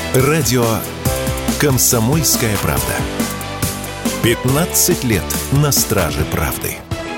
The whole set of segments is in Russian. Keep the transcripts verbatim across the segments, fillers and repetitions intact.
Радио «Комсомольская правда». пятнадцать лет на страже правды.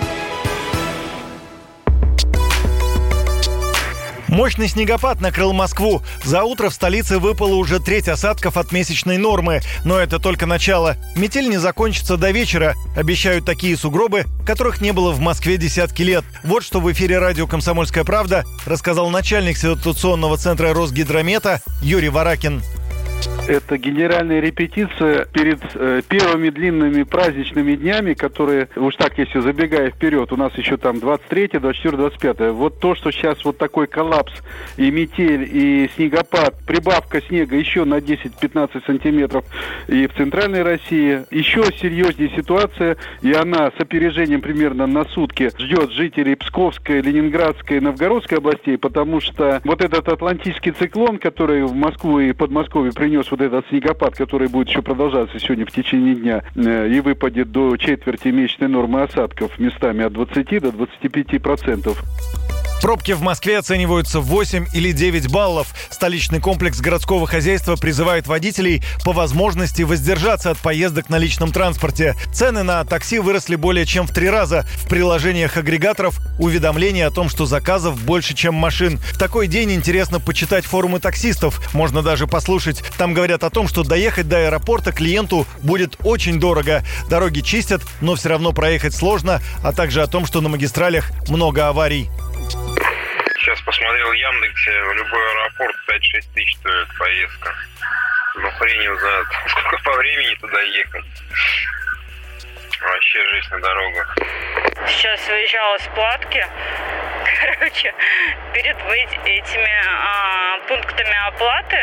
Мощный снегопад накрыл Москву. За утро в столице выпало уже треть осадков от месячной нормы. Но это только начало. Метель не закончится до вечера. Обещают такие сугробы, которых не было в Москве десятки лет. Вот что в эфире радио «Комсомольская правда» рассказал начальник ситуационного центра Росгидромета Юрий Варакин. Это генеральная репетиция перед э, первыми длинными праздничными днями, которые, уж так если забегая вперед, у нас еще там двадцать третье, двадцать четвёртое, двадцать пятое. Вот то, что сейчас вот такой коллапс и метель, и снегопад, прибавка снега еще на десять-пятнадцать сантиметров и в центральной России. Еще серьезнее ситуация, и она с опережением примерно на сутки ждет жителей Псковской, Ленинградской и Новгородской областей, потому что вот этот атлантический циклон, который в Москву и Подмосковье принес вот этот снегопад, который будет еще продолжаться сегодня в течение дня э, и выпадет до четверти месячной нормы осадков местами от двадцати до двадцати пяти процентов. Пробки в Москве оцениваются в восемь или девять баллов. Столичный комплекс городского хозяйства призывает водителей по возможности воздержаться от поездок на личном транспорте. Цены на такси выросли более чем в три раза. В приложениях агрегаторов уведомления о том, что заказов больше, чем машин. В такой день интересно почитать форумы таксистов. Можно даже послушать. Там говорят о том, что доехать до аэропорта клиенту будет очень дорого. Дороги чистят, но все равно проехать сложно, а также о том, что на магистралях много аварий. Сейчас посмотрел в Яндексе, в любой аэропорт пять-шесть тысяч стоит поездка. Ну, хрен его знает, сколько по времени туда ехать. Вообще жизнь на дорогах. Сейчас выезжала с Платки. Короче, перед этими а, пунктами оплаты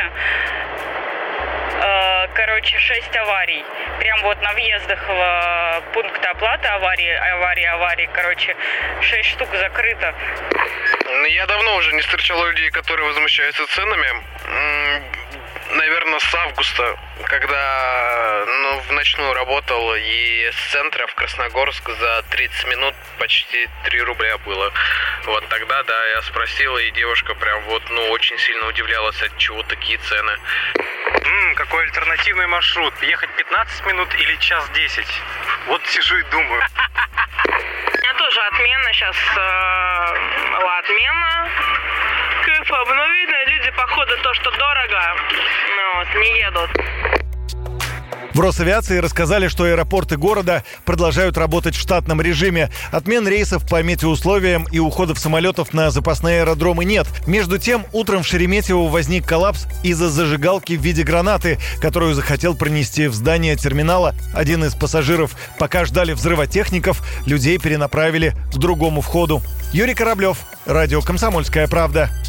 Короче, шесть аварий. Прям вот на въездах в пункт оплаты аварии, аварии, аварии, короче, шесть штук закрыто. Я давно уже не встречал людей, которые возмущаются ценами. Наверное, с августа, когда ну, в ночную работал, и с центра в Красногорск за тридцать минут почти три рубля было. Вот тогда, да, я спросил, и девушка прям вот, ну, очень сильно удивлялась, от чего такие цены. М-м, какой альтернативный маршрут? Ехать пятнадцать минут или час десять? Вот сижу и думаю. У меня тоже отмена сейчас, э, была отмена. КФ обновили, люди, походу, то, что дорого, ну, вот, не едут. В Росавиации рассказали, что аэропорты города продолжают работать в штатном режиме. Отмен рейсов по метеоусловиям и уходов самолетов на запасные аэродромы нет. Между тем, утром в Шереметьево возник коллапс из-за зажигалки в виде гранаты, которую захотел пронести в здание терминала один из пассажиров. Пока ждали взрывотехников, людей перенаправили к другому входу. Юрий Кораблев, радио «Комсомольская правда».